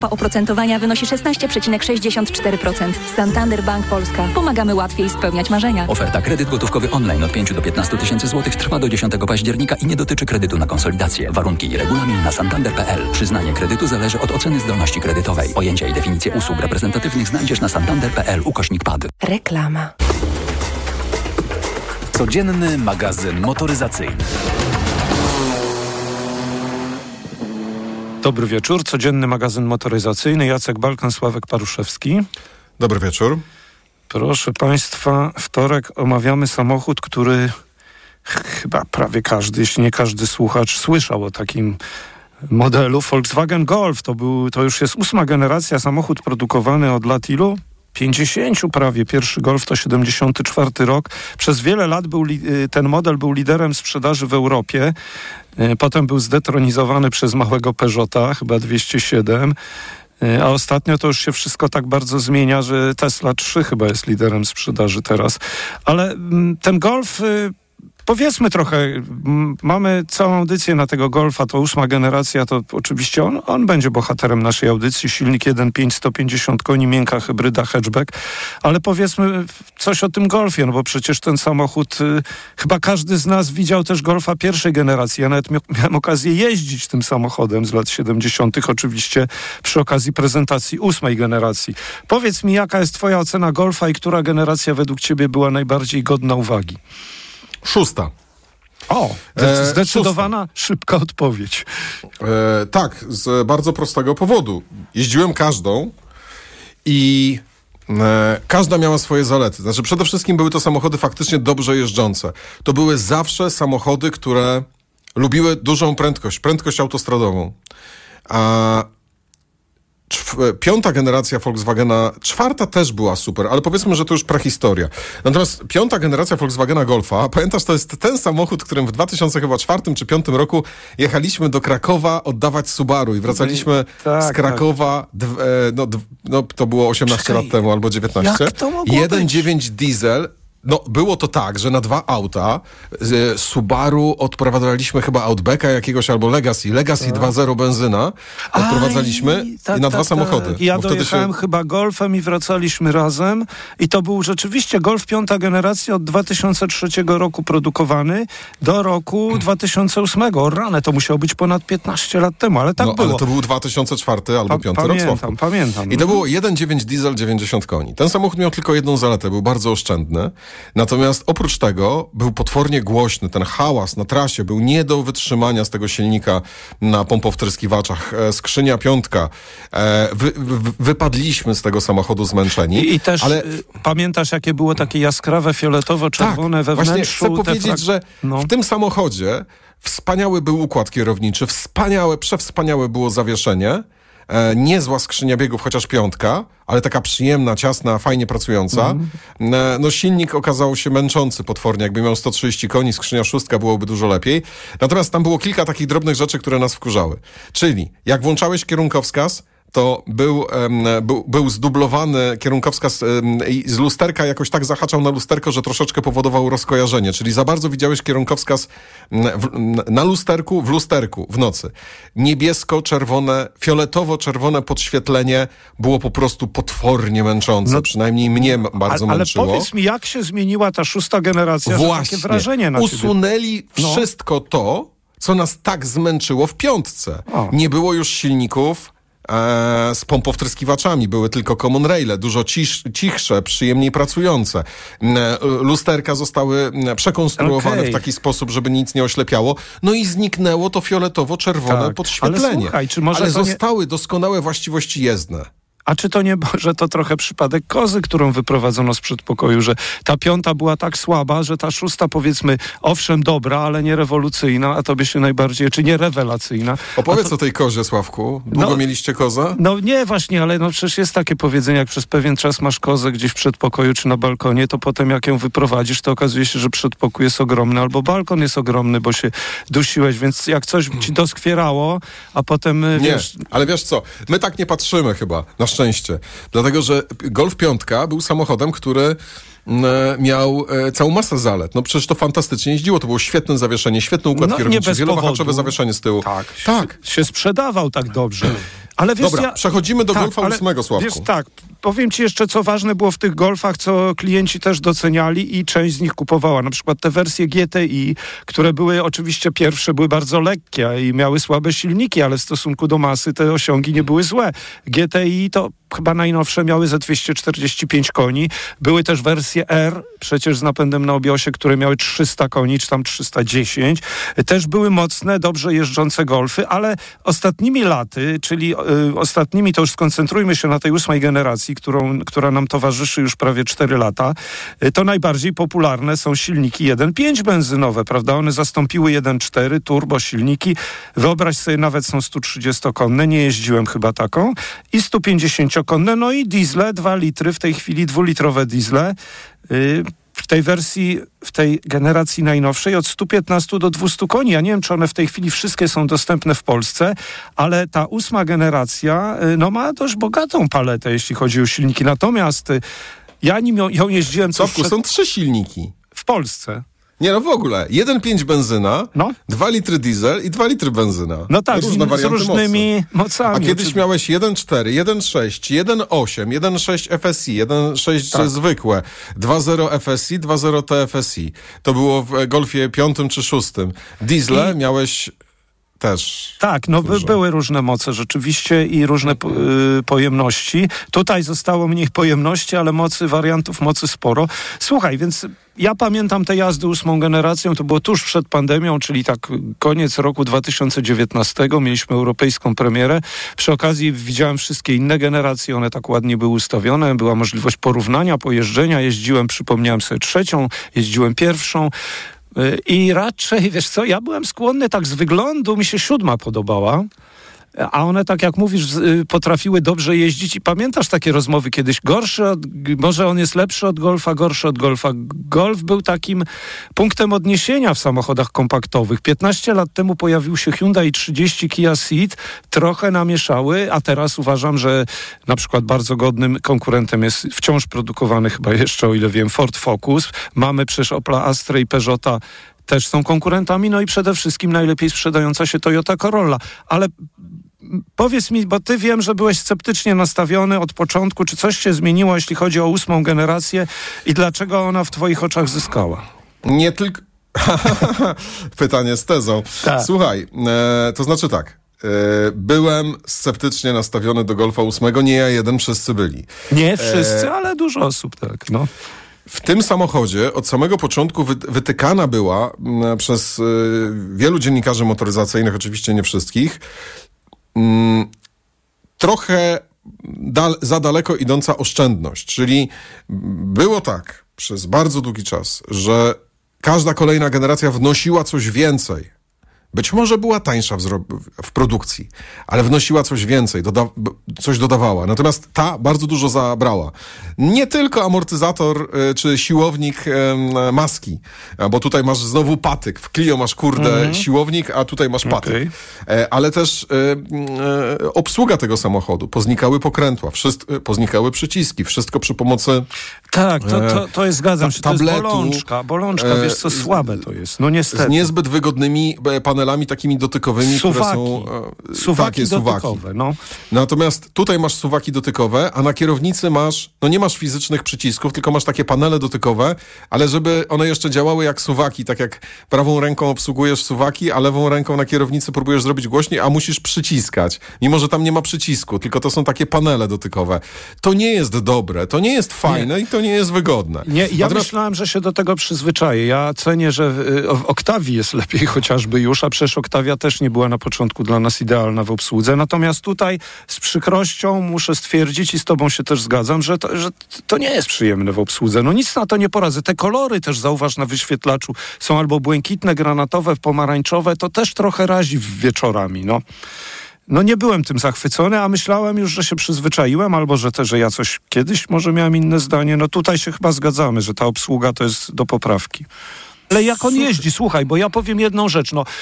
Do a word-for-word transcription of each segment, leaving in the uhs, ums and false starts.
Oprocentowania wynosi szesnaście przecinek sześćdziesiąt cztery procent. Santander Bank Polska. Pomagamy łatwiej spełniać marzenia. Oferta kredyt gotówkowy online od pięciu do piętnastu tysięcy złotych trwa do dziesiątego października i nie dotyczy kredytu na konsolidację. Warunki i regulamin na santander kropka p l. Przyznanie kredytu zależy od oceny zdolności kredytowej. Pojęcia i definicje usług reprezentatywnych znajdziesz na santander kropka p l ukośnik pad. Reklama. Codzienny magazyn motoryzacyjny. Dobry wieczór, codzienny magazyn motoryzacyjny. Jacek Balkan, Sławek Paruszewski. Dobry wieczór. Proszę Państwa, wtorek omawiamy samochód, który chyba prawie każdy, jeśli nie każdy słuchacz słyszał o takim modelu. Volkswagen Golf, to, był, to już jest ósma generacja, samochód produkowany od lat ilu? pięćdziesięciu prawie. Pierwszy Golf to siedemdziesiąty czwarty rok. Przez wiele lat był li, ten model był liderem sprzedaży w Europie. Potem był zdetronizowany przez małego Peugeota, chyba dwieście siedem. A ostatnio to już się wszystko tak bardzo zmienia, że Tesla trzy chyba jest liderem sprzedaży teraz. Ale ten Golf... Powiedzmy trochę, mamy całą audycję na tego Golfa, to ósma generacja, to oczywiście on, on będzie bohaterem naszej audycji, silnik jeden przecinek pięć, sto pięćdziesiąt koni, miękka hybryda, hatchback, ale powiedzmy coś o tym Golfie, no bo przecież ten samochód, y, chyba każdy z nas widział też Golfa pierwszej generacji, ja nawet mia- miałem okazję jeździć tym samochodem z lat siedemdziesiątych, oczywiście przy okazji prezentacji ósmej generacji. Powiedz mi, jaka jest twoja ocena Golfa i która generacja według ciebie była najbardziej godna uwagi? Szósta. O, e, zdecydowana, szósta. Szybka odpowiedź. E, tak, z bardzo prostego powodu. Jeździłem każdą i e, każda miała swoje zalety. Znaczy przede wszystkim były to samochody faktycznie dobrze jeżdżące. To były zawsze samochody, które lubiły dużą prędkość, prędkość autostradową. A Piąta generacja Volkswagena, czwarta też była super, ale powiedzmy, że to już prehistoria. Natomiast piąta generacja Volkswagena Golfa, pamiętasz, to jest ten samochód, którym w dwa tysiące czwartym czy dwa tysiące piątym roku jechaliśmy do Krakowa oddawać Subaru i wracaliśmy tak, z Krakowa, tak. dw, no, dw, no to było osiemnaście Czekaj, lat temu albo dziewiętnaście. Jak to mogło jeden przecinek być? dziewięć diesel. No, było to tak, że na dwa auta z Subaru odprowadzaliśmy chyba Outbacka jakiegoś albo Legacy. Legacy tak. dwa zero benzyna odprowadzaliśmy Aj, tak, i na tak, dwa samochody. Tak. Ja dojechałem się... chyba Golfem i wracaliśmy razem i to był rzeczywiście Golf piąta generacja od dwa tysiące trzeciego roku produkowany do roku dwa tysiące ósmego. O rany, to musiało być ponad piętnaście lat temu, ale tak no, było. Ale to był dwa tysiące czwarty albo pa- piąty pamiętam, rok, Sławku. Pamiętam, I to było jeden przecinek dziewięć diesel, dziewięćdziesiąt koni. Ten samochód miał tylko jedną zaletę, był bardzo oszczędny. Natomiast oprócz tego był potwornie głośny. Ten hałas na trasie był nie do wytrzymania z tego silnika na pompowtryskiwaczach. E, skrzynia piątka. E, wy, wy, wypadliśmy z tego samochodu zmęczeni. I, i też ale... y, pamiętasz, jakie było takie jaskrawe, fioletowo-czerwone tak, we wnętrzu? Właśnie chcę powiedzieć, fra- że no. w tym samochodzie wspaniały był układ kierowniczy, wspaniałe, przewspaniałe było zawieszenie. E, niezła skrzynia biegów, chociaż piątka, ale taka przyjemna, ciasna, fajnie pracująca. Mm. E, no silnik okazał się męczący potwornie. Jakby miał sto trzydzieści koni, skrzynia szóstka byłoby dużo lepiej. Natomiast tam było kilka takich drobnych rzeczy, które nas wkurzały. Czyli jak włączałeś kierunkowskaz, to był, um, był, był zdublowany kierunkowskaz um, i z lusterka jakoś tak zahaczał na lusterko, że troszeczkę powodował rozkojarzenie. Czyli za bardzo widziałeś kierunkowskaz w, na lusterku, w lusterku w nocy. Niebiesko-czerwone, fioletowo-czerwone podświetlenie było po prostu potwornie męczące. No, przynajmniej mnie bardzo ale, męczyło. Ale powiedz mi, jak się zmieniła ta szósta generacja, Właśnie. że takie wrażenie na Usunęli ciebie. wszystko no. to, co nas tak zmęczyło w piątce. O. Nie było już silników E, z pompowtryskiwaczami. Były tylko common raile, dużo cisz, cichsze, przyjemniej pracujące. E, lusterka zostały przekonstruowane okay. w taki sposób, żeby nic nie oślepiało. No i zniknęło to fioletowo-czerwone tak. podświetlenie. Ale, słuchaj, czy może Ale to zostały nie... doskonałe właściwości jezdne. A czy to nie może to trochę przypadek kozy, którą wyprowadzono z przedpokoju, że ta piąta była tak słaba, że ta szósta, powiedzmy, owszem dobra, ale nie rewolucyjna, a tobie się najbardziej, czy nie rewelacyjna. Opowiedz to... o tej kozie, Sławku. Długo no, mieliście kozę? No nie właśnie, ale no przecież jest takie powiedzenie, jak przez pewien czas masz kozę gdzieś w przedpokoju czy na balkonie, to potem jak ją wyprowadzisz, to okazuje się, że przedpokój jest ogromny, albo balkon jest ogromny, bo się dusiłeś, więc jak coś ci doskwierało, a potem nie, wiesz... ale wiesz co, my tak nie patrzymy chyba, na szczęście. Dlatego, że Golf piątka był samochodem, który miał całą masę zalet. No przecież to fantastycznie jeździło, to było świetne zawieszenie, świetny układ No, nie kierowniczy, bez wielowahaczowe powodu. zawieszenie z tyłu. Tak, tak. Się, się sprzedawał tak dobrze. Ale wiesz, Dobra, ja, przechodzimy do tak, Golfa ale ósmego, Sławku. Wiesz, tak, powiem ci jeszcze, co ważne było w tych Golfach, co klienci też doceniali i część z nich kupowała. Na przykład te wersje G T I, które były oczywiście pierwsze, były bardzo lekkie i miały słabe silniki, ale w stosunku do masy te osiągi nie były złe. G T I to chyba najnowsze miały ze dwieście czterdzieści pięć koni. Były też wersje R, przecież z napędem na obiosie, które miały trzysta koni, czy tam trzysta dziesięć. Też były mocne, dobrze jeżdżące Golfy, ale ostatnimi laty, czyli y, ostatnimi, to już skoncentrujmy się na tej ósmej generacji, którą, która nam towarzyszy już prawie cztery lata, y, to najbardziej popularne są silniki jeden pięć benzynowe, prawda? One zastąpiły jeden cztery turbo silniki. Wyobraź sobie, nawet są sto trzydziestokonne, nie jeździłem chyba taką, i sto pięćdziesięciokonne, no i diesle, dwa litry, w tej chwili dwulitrowe diesle. Yy, w tej wersji, w tej generacji najnowszej od stu piętnastu do dwustu koni. Ja nie wiem, czy one w tej chwili wszystkie są dostępne w Polsce, ale ta ósma generacja yy, no, ma dość bogatą paletę, jeśli chodzi o silniki. Natomiast yy, ja nim ją, ją jeździłem... Sławku, przed... są trzy silniki. W Polsce. Nie, no w ogóle. jeden pięć benzyna, No. dwa litry diesel i dwa litry benzyna. No tak, Różne z, z warianty różnymi mocy. mocami. A kiedyś Czy... miałeś jeden cztery, jeden sześć, jeden osiem, jeden sześć F S I, jeden sześć Tak. zwykłe, dwa zero F S I, dwa zero T F S I. To było w Golfie piątym czy szóstym. Diesle I... miałeś też. Tak, no by, były różne moce rzeczywiście i różne po, y, pojemności. Tutaj zostało mniej pojemności, ale mocy, wariantów mocy sporo. Słuchaj, więc ja pamiętam te jazdy ósmą generacją, to było tuż przed pandemią, czyli tak koniec roku dwa tysiące dziewiętnastego. Mieliśmy europejską premierę. Przy okazji widziałem wszystkie inne generacje, one tak ładnie były ustawione. Była możliwość porównania, pojeżdżenia. Jeździłem, przypomniałem sobie trzecią, jeździłem pierwszą. I raczej, wiesz co, ja byłem skłonny tak z wyglądu, mi się siódma podobała, a one, tak jak mówisz, potrafiły dobrze jeździć. I pamiętasz takie rozmowy kiedyś? Gorszy od, może on jest lepszy od Golfa, gorszy od Golfa. Golf był takim punktem odniesienia w samochodach kompaktowych. piętnaście lat temu pojawił się Hyundai trzydzieści, Kia Ceed, trochę namieszały, a teraz uważam, że na przykład bardzo godnym konkurentem jest wciąż produkowany chyba jeszcze, o ile wiem, Ford Focus. Mamy przecież Opla Astra i Peugeota, też są konkurentami, no i przede wszystkim najlepiej sprzedająca się Toyota Corolla. Ale powiedz mi, bo ty wiem, że byłeś sceptycznie nastawiony od początku, czy coś się zmieniło, jeśli chodzi o ósmą generację i dlaczego ona w twoich oczach zyskała? Nie tylko... Pytanie z tezą. Tak. Słuchaj, e, to znaczy tak. E, byłem sceptycznie nastawiony do Golfa ósmego, nie ja jeden, wszyscy byli. Nie wszyscy, E... ale dużo osób, tak, no. W tym samochodzie od samego początku wy, wytykana była m, przez y, wielu dziennikarzy motoryzacyjnych, oczywiście nie wszystkich, m, trochę dal, za daleko idąca oszczędność. Czyli było tak przez bardzo długi czas, że każda kolejna generacja wnosiła coś więcej. Być może była tańsza w, zro- w produkcji, ale wnosiła coś więcej, doda- coś dodawała. Natomiast ta bardzo dużo zabrała. Nie tylko amortyzator y, czy siłownik y, maski, bo tutaj masz znowu patyk. W Clio masz, kurde, mm-hmm. siłownik, a tutaj masz patyk. Okay. E, ale też y, y, obsługa tego samochodu. Poznikały pokrętła, wszystko, poznikały przyciski. Wszystko przy pomocy... Tak, to, to, to jest, zgadzam się, to jest bolączka. Bolączka, wiesz co, słabe to jest. No niestety. Z niezbyt wygodnymi panelami takimi dotykowymi, suwaki. które są... E, suwaki takie dotykowe, suwaki. No. Natomiast tutaj masz suwaki dotykowe, a na kierownicy masz, no nie masz fizycznych przycisków, tylko masz takie panele dotykowe, ale żeby one jeszcze działały jak suwaki, tak jak prawą ręką obsługujesz suwaki, a lewą ręką na kierownicy próbujesz zrobić głośniej, a musisz przyciskać. Mimo że tam nie ma przycisku, tylko to są takie panele dotykowe. To nie jest dobre, to nie jest fajne nie. i to nie jest wygodne. Nie, ja Natomiast... myślałem, że się do tego przyzwyczaję. Ja cenię, że w Octavii jest lepiej chociażby już, a przecież Octavia też nie była na początku dla nas idealna w obsłudze. Natomiast tutaj z przykrością muszę stwierdzić i z tobą się też zgadzam, że to, że to nie jest przyjemne w obsłudze. No nic na to nie poradzę. Te kolory też zauważ na wyświetlaczu są albo błękitne, granatowe, pomarańczowe. To też trochę razi wieczorami, no. No nie byłem tym zachwycony, a myślałem już, że się przyzwyczaiłem, albo że też, że ja coś kiedyś może miałem inne zdanie. No tutaj się chyba zgadzamy, że ta obsługa to jest do poprawki. Ale jak on jeździ, słuchaj, bo ja powiem jedną rzecz, no,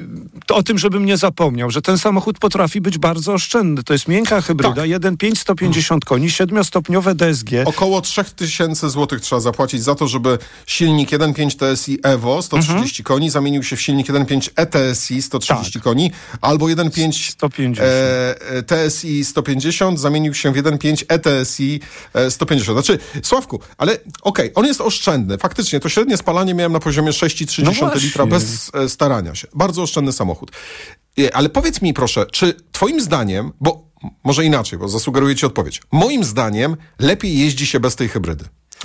to o tym, żebym nie zapomniał, że ten samochód potrafi być bardzo oszczędny. To jest miękka hybryda, tak. jeden przecinek pięć sto pięćdziesiąt koni, siedmiostopniowe D S G. Około trzy tysiące złotych trzeba zapłacić za to, żeby silnik jeden przecinek pięć T S I Evo sto trzydzieści mhm. koni zamienił się w silnik jeden przecinek pięć E T S I sto trzydzieści tak. koni, albo jeden przecinek pięć sto pięćdziesiąt. E, T S I sto pięćdziesiąt zamienił się w jeden przecinek pięć E T S I sto pięćdziesiąt. Znaczy, Sławku, ale okej, okay, on jest oszczędny. Faktycznie, to średnie spalanie miałem na poziomie sześć przecinek trzy no litra bez e, starania się. Bardzo oszczędny samochód. E, ale powiedz mi proszę, czy twoim zdaniem, bo może inaczej, bo zasugeruję ci odpowiedź. Moim zdaniem lepiej jeździ się bez tej hybrydy.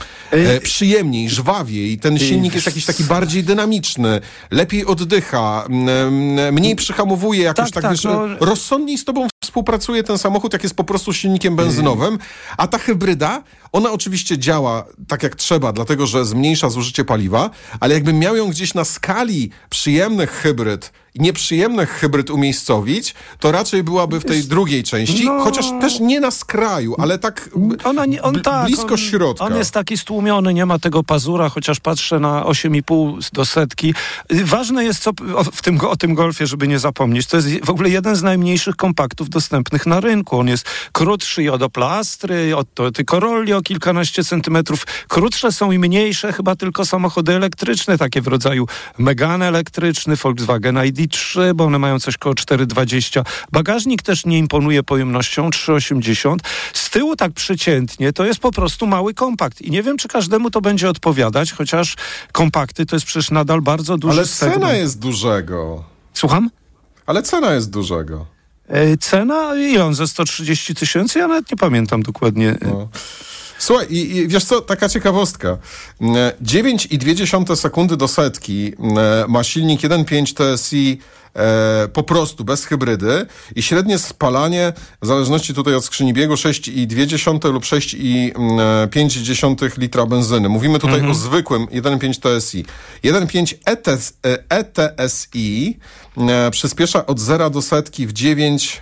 E, przyjemniej, żwawiej, ten silnik jest jakiś taki bardziej dynamiczny, lepiej oddycha, m, mniej przyhamowuje, jakoś tak, tak, tak wiesz, no... rozsądniej z tobą współpracuje ten samochód, jak jest po prostu silnikiem benzynowym, a ta hybryda, ona oczywiście działa tak jak trzeba, dlatego że zmniejsza zużycie paliwa, ale jakbym miał ją gdzieś na skali przyjemnych hybryd i nieprzyjemnych hybryd umiejscowić, to raczej byłaby w tej jest... drugiej części, no... chociaż też nie na skraju, ale tak, Ona nie, on, tak blisko on, środka. On jest taki stłumiony, nie ma tego pazura, chociaż patrzę na osiem i pół do setki. Ważne jest co o, w tym, o tym Golfie, żeby nie zapomnieć. To jest w ogóle jeden z najmniejszych kompaktów dostępnych na rynku. On jest krótszy i od Oplastry, od Toyoty Corolli o kilkanaście centymetrów. Krótsze są i mniejsze chyba tylko samochody elektryczne, takie w rodzaju Megane elektryczny, Volkswagen I D trzy, bo one mają coś koło cztery dwadzieścia. Bagażnik też nie imponuje pojemnością, trzy osiemdziesiąt. Z tyłu tak przeciętnie to jest po prostu mały kompakt. I nie wiem, czy każdemu to będzie odpowiadać, chociaż kompakty to jest przecież nadal bardzo duży Ale segment. cena jest dużego. Słucham? Ale cena jest dużego. E, cena? Ile on? Ze sto trzydzieści tysięcy? Ja nawet nie pamiętam dokładnie. No. Słuchaj, i, i wiesz co, taka ciekawostka. dziewięć przecinek dwa sekundy do setki ma silnik jeden przecinek pięć T S I e, po prostu, bez hybrydy i średnie spalanie, w zależności tutaj od skrzyni biegu, sześć przecinek dwa lub sześć przecinek pięć litra benzyny. Mówimy tutaj mhm. o zwykłym jeden przecinek pięć T S I. jeden przecinek pięć E T S I e, przyspiesza od zera do setki w dziewięć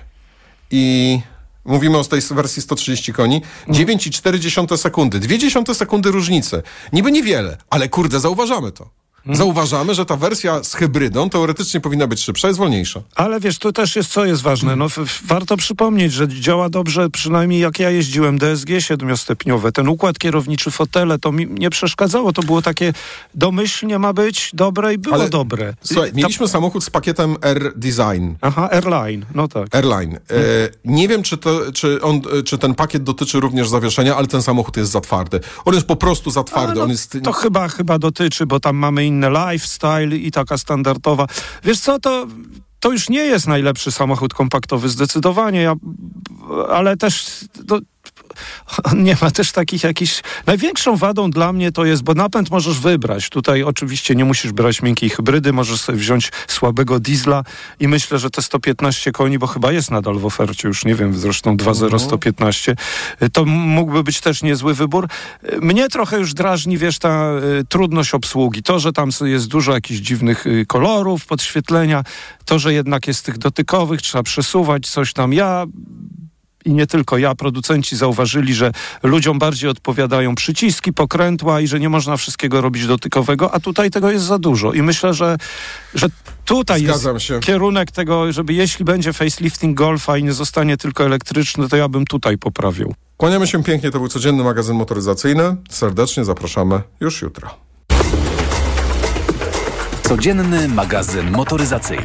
i... Mówimy o tej wersji sto trzydzieści koni. dziewięć przecinek cztery sekundy. dwie dziesiąte sekundy różnicy. Niby niewiele, ale kurde, zauważamy to. Hmm. Zauważamy, że ta wersja z hybrydą teoretycznie powinna być szybsza, jest wolniejsza. Ale wiesz, to też jest, co jest ważne. No, f- warto przypomnieć, że działa dobrze, przynajmniej jak ja jeździłem, D S G siedmiostopniowe. Ten układ kierowniczy, fotele, to mi nie przeszkadzało. To było takie domyślnie ma być dobre i było Ale, dobre. Słuchaj, mieliśmy Ta... samochód z pakietem R-Design. Aha, Airline, no tak. Airline. E, nie wiem, czy, to, czy, on, czy ten pakiet dotyczy również zawieszenia, ale ten samochód jest za twardy. On jest po prostu za twardy. No, on jest... To chyba, chyba dotyczy, bo tam mamy inne lifestyle i taka standardowa. Wiesz co, to, to już nie jest najlepszy samochód kompaktowy, zdecydowanie, ja, ale też... To, nie ma też takich jakichś... Największą wadą dla mnie to jest, bo napęd możesz wybrać. Tutaj oczywiście nie musisz brać miękkiej hybrydy, możesz sobie wziąć słabego diesla i myślę, że te sto piętnaście koni, bo chyba jest nadal w ofercie, już nie wiem, zresztą dwa zero sto piętnaście, to mógłby być też niezły wybór. Mnie trochę już drażni, wiesz, ta y, trudność obsługi. To, że tam jest dużo jakichś dziwnych y, kolorów, podświetlenia, to, że jednak jest tych dotykowych, trzeba przesuwać coś tam. Ja... I nie tylko ja, producenci zauważyli, że ludziom bardziej odpowiadają przyciski, pokrętła i że nie można wszystkiego robić dotykowego, a tutaj tego jest za dużo. I myślę, że, że tutaj Zgadzam jest się. kierunek tego, żeby jeśli będzie facelifting Golfa i nie zostanie tylko elektryczny, to ja bym tutaj poprawił. Kłaniamy się pięknie, to był codzienny magazyn motoryzacyjny. Serdecznie zapraszamy już jutro. Codzienny magazyn motoryzacyjny.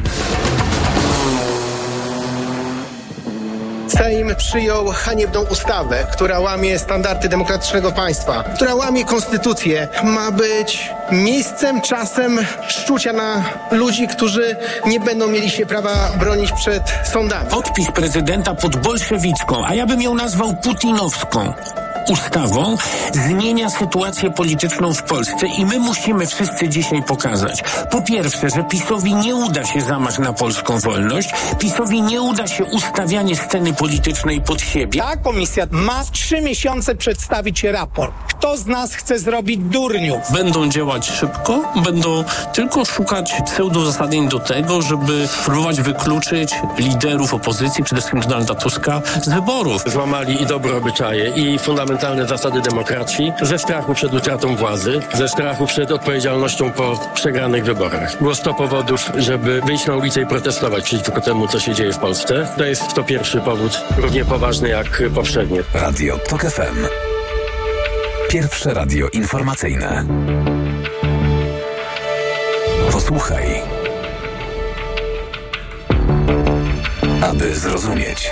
Sejm przyjął haniebną ustawę, która łamie standardy demokratycznego państwa, która łamie konstytucję. Ma być miejscem, czasem szczucia na ludzi, którzy nie będą mieli się prawa bronić przed sądami. Podpis prezydenta pod bolszewicką, a ja bym ją nazwał putinowską ustawą, zmienia sytuację polityczną w Polsce i my musimy wszyscy dzisiaj pokazać, po pierwsze, że PiS-owi nie uda się zamach na polską wolność, PiS-owi nie uda się ustawianie sceny politycznej pod siebie. Ta komisja ma trzy miesiące przedstawić raport. Kto z nas chce zrobić durniów? Będą działać szybko, będą tylko szukać pseudozasadnień do tego, żeby próbować wykluczyć liderów opozycji, przede wszystkim Donalda Tuska, z wyborów. Złamali i dobre obyczaje, i fundament fundamentalne zasady demokracji, ze strachu przed utratą władzy, ze strachu przed odpowiedzialnością po przegranych wyborach. Było sto powodów, żeby wyjść na ulicę i protestować przeciwko temu, co się dzieje w Polsce. To jest to pierwszy powód, równie poważny jak poprzednie. Radio Tok F M. Pierwsze radio informacyjne. Posłuchaj, aby zrozumieć.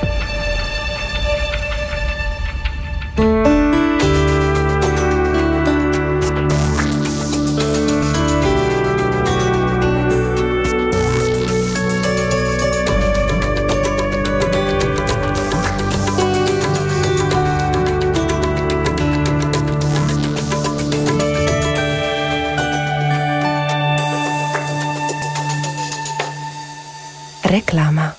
Reklama.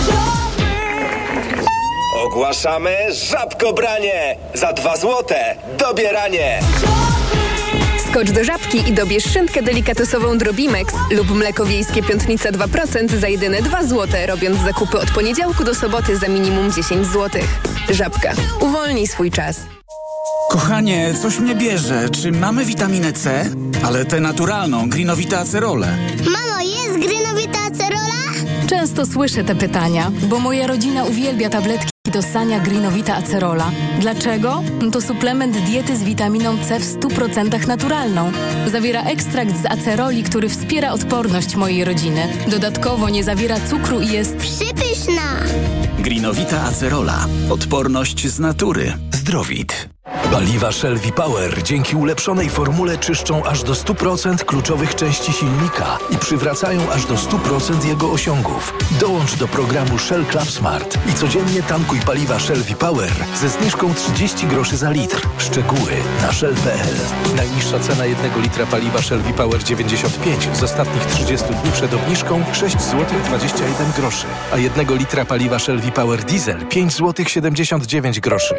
Ogłaszamy żabkobranie! Za dwa złote dobieranie! Skocz do Żabki i dobierz szynkę delikatesową Drobimex lub mleko wiejskie Piątnica dwa procent za jedyne dwa złote, robiąc zakupy od poniedziałku do soboty za minimum dziesięć złotych. Żabka. Uwolnij swój czas. Kochanie, coś mnie bierze. Czy mamy witaminę C? Ale tę naturalną, Greenovita Acerolę. Mamo, jest Greenovita Acerola? Często słyszę te pytania, bo moja rodzina uwielbia tabletki do ssania Greenovita Acerola. Dlaczego? To suplement diety z witaminą C w stu procentach naturalną. Zawiera ekstrakt z aceroli, który wspiera odporność mojej rodziny. Dodatkowo nie zawiera cukru i jest przypyszna. Greenovita Acerola. Odporność z natury. Zdrowit. Paliwa Shell V-Power dzięki ulepszonej formule czyszczą aż do stu procent kluczowych części silnika i przywracają aż do stu procent jego osiągów. Dołącz do programu Shell Club Smart i codziennie tankuj paliwa Shell V-Power ze zniżką trzydzieści groszy za litr. Szczegóły na shell kropka p l. Najniższa cena jednego litra paliwa Shell V-Power dziewięćdziesiąt pięć z ostatnich trzydziestu dni przed obniżką sześć złotych dwadzieścia jeden groszy, a jednego litra paliwa Shell V-Power Diesel pięć złotych siedemdziesiąt dziewięć groszy.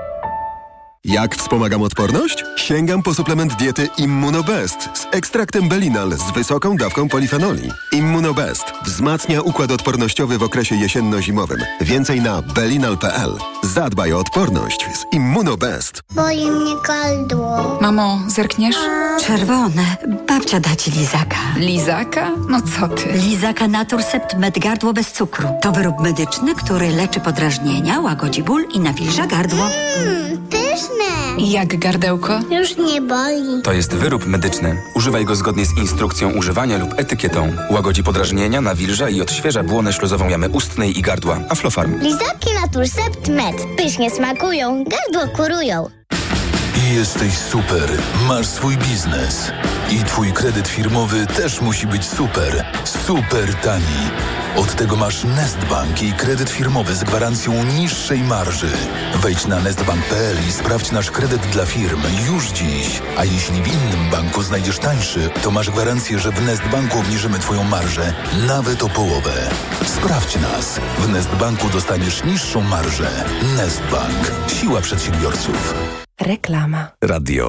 Jak wspomagam odporność? Sięgam po suplement diety Immunobest z ekstraktem Belinal z wysoką dawką polifenoli. Immunobest wzmacnia układ odpornościowy w okresie jesienno-zimowym. Więcej na belinal kropka p l. Zadbaj o odporność z Immunobest. Boli mnie gardło. Mamo, zerkniesz? Czerwone. Babcia da ci lizaka. Lizaka? No co ty? Lizaka Naturcept Med Gardło bez cukru. To wyrób medyczny, który leczy podrażnienia, łagodzi ból i nawilża gardło. Mmm, pyszne. Jak gardełko? Już nie boli. To jest wyrób medyczny. Używaj go zgodnie z instrukcją używania lub etykietą. Łagodzi podrażnienia, nawilża i odświeża błonę śluzową jamy ustnej i gardła. Aflofarm. Lizaki Naturcept Med. Pysznie smakują, gardło kurują. I jesteś super. Masz swój biznes. I twój kredyt firmowy też musi być super. Super tani. Od tego masz Nestbank i kredyt firmowy z gwarancją niższej marży. Wejdź na nestbank kropka p l i sprawdź nasz kredyt dla firm już dziś. A jeśli w innym banku znajdziesz tańszy, to masz gwarancję, że w Nestbanku obniżymy twoją marżę nawet o połowę. Sprawdź nas. W Nestbanku dostaniesz niższą marżę. Nestbank. Siła przedsiębiorców. Reklama. Radio